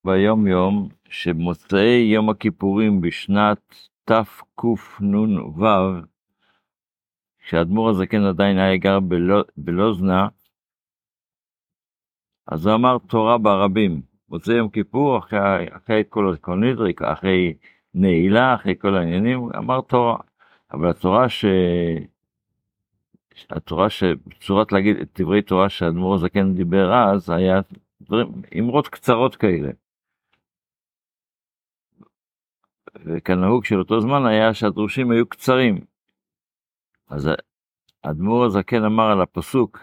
ביום יום שמוצאי יום הכיפורים בשנת תקנ"ו, כשאדמו"ר הזקן עדיין היה גר בלוזנה, אז הוא אמר תורה ברבים. מוצאי יום כיפור, אחרי כל הקורנידריק, אחרי נעילה, אחרי כל העניינים, אמר תורה. אבל צורת להגיד את דברי תורה שאדמו"ר הזקן דיבר אז, היה אמרות קצרות כאלה. וכנהוג של אותו זמן היה שהדרושים היו קצרים. אז האדמו"ר הזקן אמר על הפסוק,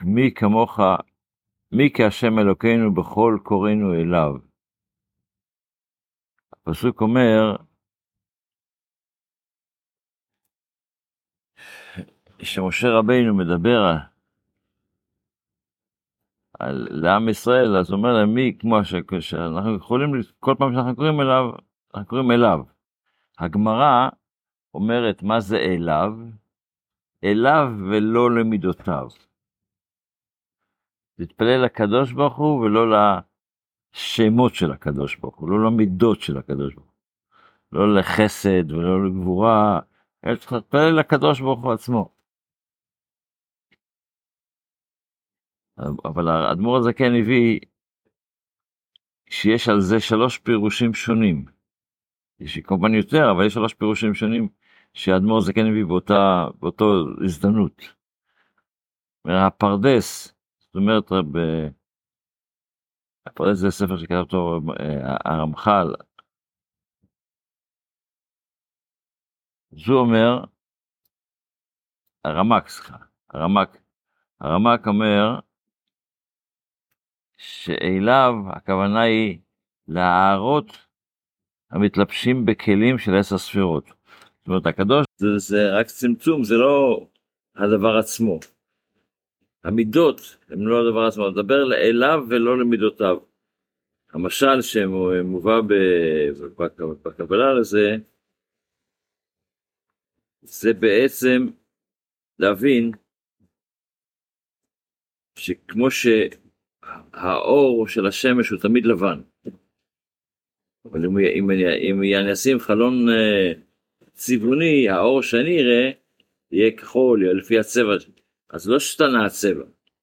מי כהשם אלוקינו בכל קוראינו אליו. הפסוק אומר, שמשה רבינו מדבר לעם ישראל, אז הוא אומר להם, מי כמו שאנחנו יכולים, כל פעם שאנחנו קוראים אליו, אנחנו קוראים אליו. הגמרא אומרת, מה זה אליו? אליו ולא למידותיו. תתפלל לקדוש ברוך הוא ולא לשמות של הקדוש ברוך הוא, לא למידות של הקדוש ברוך הוא, לא לחסד ולא לגבורה, אלא צריך להתפלל לקדוש ברוך הוא עצמו. אבל האדמו"ר הזקן הביא שיש על זה 3 פירושים שונים. יש כמובן יותר, אבל יש 3 פירושים שונים שהאדמו"ר הזקן הביא באותו הזדמנות. הפרדס, זאת אומרת, הפרדס זה ספר שכתב אותו הרמח"ל. זו אומר, הרמ"ק אומר, שאליו הכוונה היא להערות המתלבשים בכלים של 10 ספירות. זאת אומרת, הקדוש זה רק צמצום, זה לא הדבר עצמו. המידות הם לא הדבר עצמו, לדבר אליו ולא למידותיו. המשל שמובא בקבלה לזה, זה בעצם להבין שכמו שהאור של השמש הוא תמיד לבן, אבל אם אני אשים חלון צבעוני, האור שאני אראה יהיה כחול, לפי הצבע, אז לא השתנה הצבע.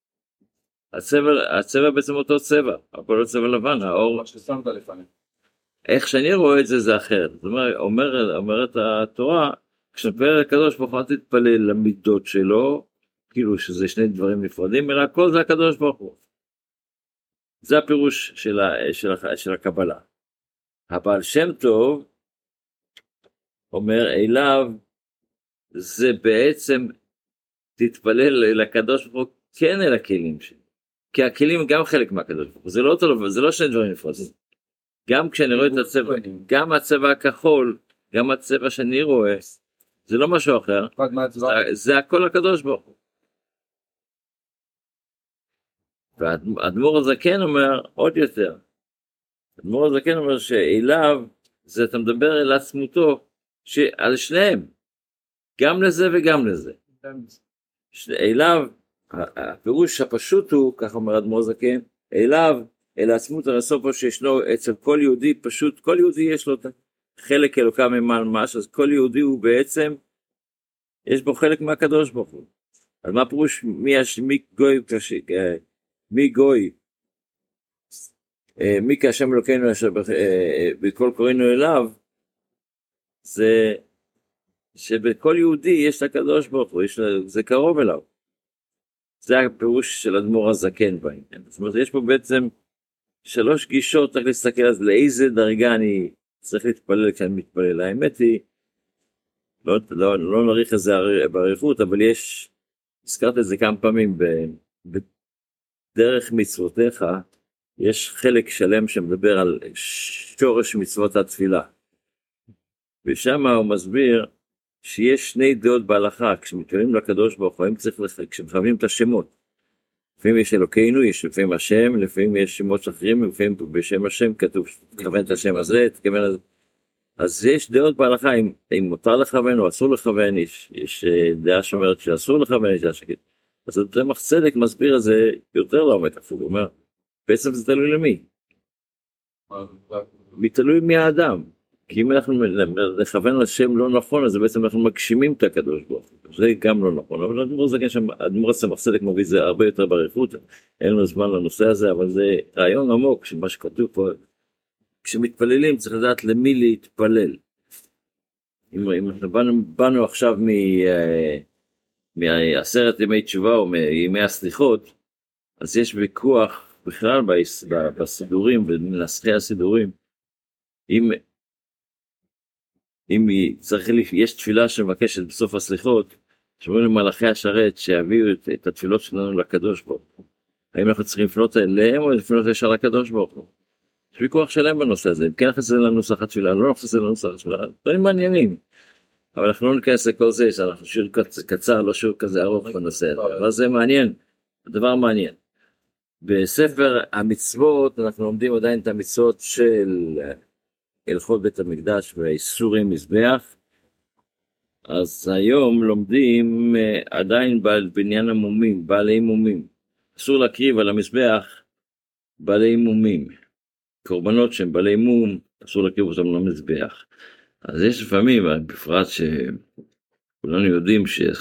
הצבע בעצם אותו צבע, אבל לא צבע לבן, האור... מה ששמת לפני. איך שאני רואה את זה זה אחרת. זאת אומרת התורה, כשנתפלל לקדוש ברוך הוא, אל תתפלל למידות שלו, כאילו שזה שני דברים נפרדים, אלא הכל זה הקדוש ברוך הוא. זה הפירוש של הקבלה. הבעל שם טוב אומר אליו, זה בעצם תתפלל לקדוש ברוך הוא כן אל הכלים שלו. כי הכלים גם חלק מהקדוש ברוך הוא, זה לא אותו דבר, זה לא שני דברים נפרדים. גם כשאני רואה את הצבע, גם הצבע הכחול, גם הצבע שאני רואה, זה לא משהו אחר, זה הכל הקדוש ברוך הוא. והאדמו"ר הזקן אומר עוד יותר, האדמו"ר הזקן אומר שאליו, זה אתה מדבר אל עצמותו, על שניהם, גם לזה וגם לזה. אליו, הפירוש הפשוט הוא, כך אומר האדמו"ר הזקן, אליו, אל עצמות הרסופו שישנו אצל כל יהודי, פשוט כל יהודי יש לו חלק אלוקה ממש, אז כל יהודי הוא בעצם, יש בו חלק מהקדוש ברוך הוא. אז מה הפירוש מי כהשם אלוקינו בכל קוראינו אליו, זה שבכל יהודי יש את הקדוש ברוך הוא, זה קרוב אליו. זה הפירוש של אדמו"ר הזקן בעניין. זאת אומרת, יש פה בעצם 3 גישות, צריך להסתכל אז לאיזה דרגה אני צריך להתפלל כשאני מתפלל. האמת היא, לא נריך את זה בעריכות, אבל הזכרת את זה כמה פעמים, בדרך מצוותיך, יש חלק שלם שמדבר על שורש מצוות התפילה. ושם הוא מסביר שיש 2 דעות בהלכה, כשמתפללים לקדוש ברוך הוא, כשמכוונים את השמות. לפעמים יש אלוקינו, יש לפעמים השם, לפעמים יש שמות אחרים, לפעמים בשם השם כתוב, תכוון את השם הזה, תכוון את זה. אז יש דעות בהלכה, אם מותר לכוון או אסור לכוון, יש דעה שאומרת שאסור לכוון, יש דעה שכן. אז המח צדק מסביר את זה יותר לעומק, אפילו, הוא אומר, בעצם זה תלוי למי. מתלוי מי האדם. כי אם אנחנו נכוון לשם לא נכון, אז בעצם אנחנו מגשימים את הקדוש ברוך הוא. זה גם לא נכון. אבל האדמו"ר הסמ"ך צדק מביא זה הרבה יותר באריכות. אין לנו זמן לנושא הזה, אבל זה רעיון עמוק, שמה שכתוב פה, כשמתפללים צריך לדעת למי להתפלל. אם אנחנו באנו עכשיו מעשרת ימי תשובה או מימי הסליחות, אז יש ויכוח בכלל בסידורים, בנסחי הסידורים, אם יש תפילה שמבקשת בסוף הסליחות, שאומרים למלאכי השרת שיביאו את התפילות שלנו לקדוש ברוך הוא. האם אנחנו צריכים לפנות אליהם או לפנות ישר לקדוש ברוך הוא? יש ויכוח שלהם בנושא הזה, אם כן נכנס לנוסח התפילה, לא נכנס לנוסח התפילה, דברים מעניינים. אבל אנחנו לא ניכנס לכל זה, שאנחנו שיר קצר, לא שיר כזה ארוך בנושא הזה, אבל זה מעניין, הדבר מעניין. בספר המצוות אנחנו לומדים עדיין את המצוות של הלכות בית המקדש והאיסורים מזבח, אז היום לומדים עדיין בעניין המומים, בעלי מומים. אסור להקריב על המזבח בעלי מומים, קורבנות שהם בעלי מום, אסור להקריב אותם למזבח. אז יש לפעמים, בפרט שכולנו יודעים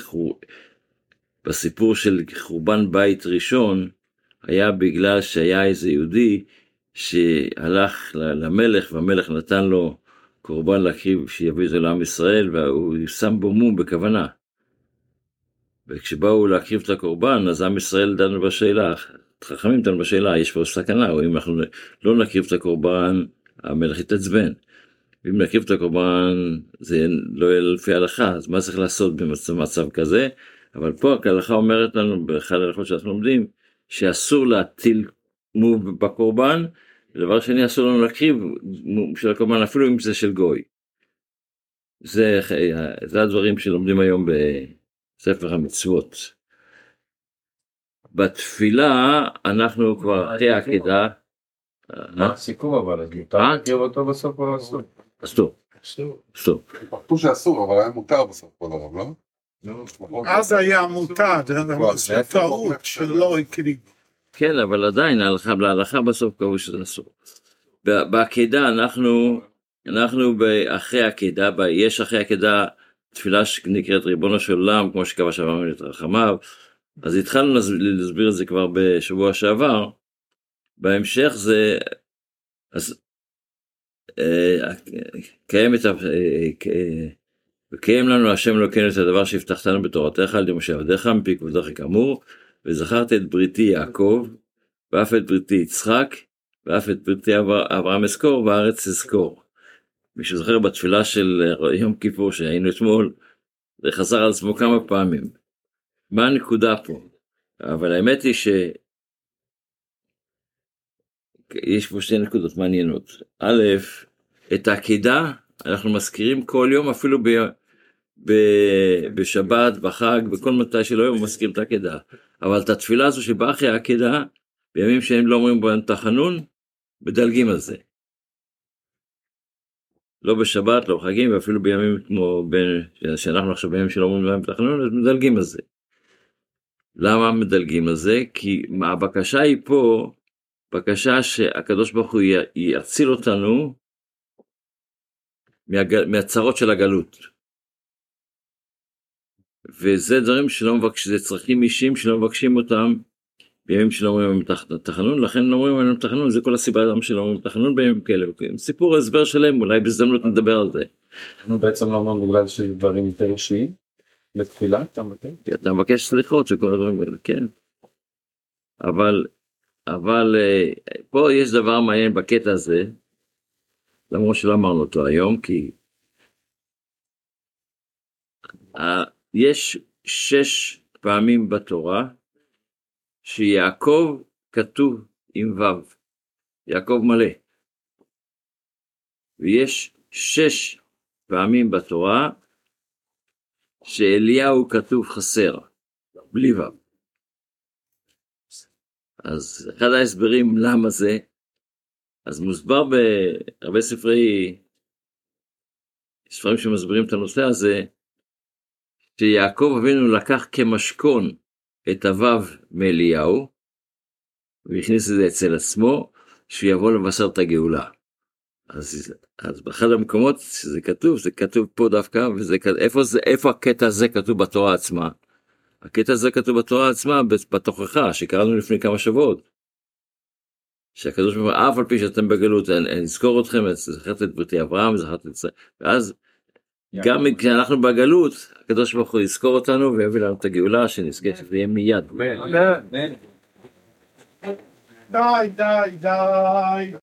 שבסיפור של חורבן בית ראשון, היה בגלל שהיה איזה יהודי שהלך למלך, והמלך נתן לו קורבן להקריב שיביא את זה לעם ישראל, והוא שם בו מום בכוונה. וכשבאו להקריב את הקורבן, אז עם ישראל דנו בשאלה, חכמים דנו בשאלה, יש פה סכנה, או אם אנחנו לא נקריב את הקורבן, המלך יתעצבן. ואם נקריב את הקורבן, זה לא יהיה לפי ההלכה, אז מה צריך לעשות במצב כזה? אבל פה ההלכה אומרת לנו, באחד ההלכות שאנחנו לומדים, שאסור להטיל מום בקורבן, ודבר שני, אסור לנו להקריב מום של הקורבן, אפילו אם זה של גוי. זה הדברים שלומדים היום בספר המצוות. בתפילה, אנחנו כבר אחרי העקדה. מה הסיכום אבל? אז מותר להקריב אותו בסוף או אסור? אסור. אסור. פרטו שאסור, אבל היה מותר בסוף כל הרב, לא? אז היה מותר, זה טעות שלא הקריב. כן, אבל עדיין להלכה בסוף קבעו שזה אסור. בעקדה אנחנו אחרי העקדה, יש אחרי העקדה תפילה שנקראת ריבונו של עולם, כמו שקבע שאמרנו את רחמיו, אז התחלנו להסביר את זה כבר בשבוע שעבר. בהמשך זה, אז וקיים לנו השם אלוקינו את הדבר שהבטחתנו בתורתך על ידי משה עבדיך מפי כבודך כאמור, וזכרת את בריתי יעקב, ואף את בריתי יצחק, ואף את בריתי אברהם אזכור, והארץ אזכור. מי שזוכר בתפילה של יום כיפור שהיינו אתמול, זה חזר על עצמו כמה פעמים. מה הנקודה פה? אבל האמת היא יש פה שתי נקודות מעניינות. א', את העקדה אנחנו מזכירים כל יום, אפילו בשבת, בחג, בכל מתי שלא יום מזכירים את העקדה. אבל את התפילה הזו שבאה אחרי העקדה, בימים שהם לא אומרים בהם תחנון, מדלגים על זה. לא בשבת, לא בחגים, ואפילו בימים כמו שאנחנו עכשיו בימים שלא אומרים בהם תחנון, אז מדלגים על זה. למה מדלגים על זה? כי הבקשה היא פה, בקשה שהקדוש ברוך הוא יציל אותנו מהצרות של הגלות. וזה דברים שלא מבקשים, זה צרכים אישיים שלא מבקשים אותם בימים שלא אומרים תחנון, לכן לא אומרים עליהם תחנון, זה כל הסיבה למה שלא אומרים תחנון בימים כאלה. סיפור הסבר שלהם, אולי בהזדמנות נדבר על זה. אנחנו בעצם לא אומרים בגלל שדברים יותר אישיים, לתפילה, אתה מבקש סליחות שכל הדברים האלה, כן. אבל פה יש דבר מעניין בקטע הזה, למרות שלא אמרנו אותו היום, כי יש 6 פעמים בתורה שיעקב כתוב עם ו', יעקב מלא. ויש 6 פעמים בתורה שאליהו כתוב חסר, בלי ו'. אז אחד ההסברים למה זה, אז מוסבר בהרבה ספרים שמסבירים את הנושא הזה, שיעקב אבינו לקח כמשכון את הוו מאליהו, והכניס את זה אצל עצמו, שיבוא לבשר את הגאולה. אז באחד המקומות שזה כתוב, זה כתוב פה דווקא, איפה הקטע הזה כתוב בתורה עצמה? הקטע הזה כתוב בתורה עצמה בתוכחה, שקראנו לפני כמה שבועות. שהקדוש ברוך הוא, אף על פי שאתם בגלות, אני אזכור אתכם, זכרת את בריתי אברהם, זכרת את ישראל, ואז גם כשאנחנו בגלות, הקדוש ברוך הוא יזכור אותנו ויביא לנו את הגאולה שנזכה שזה יהיה מיד. די.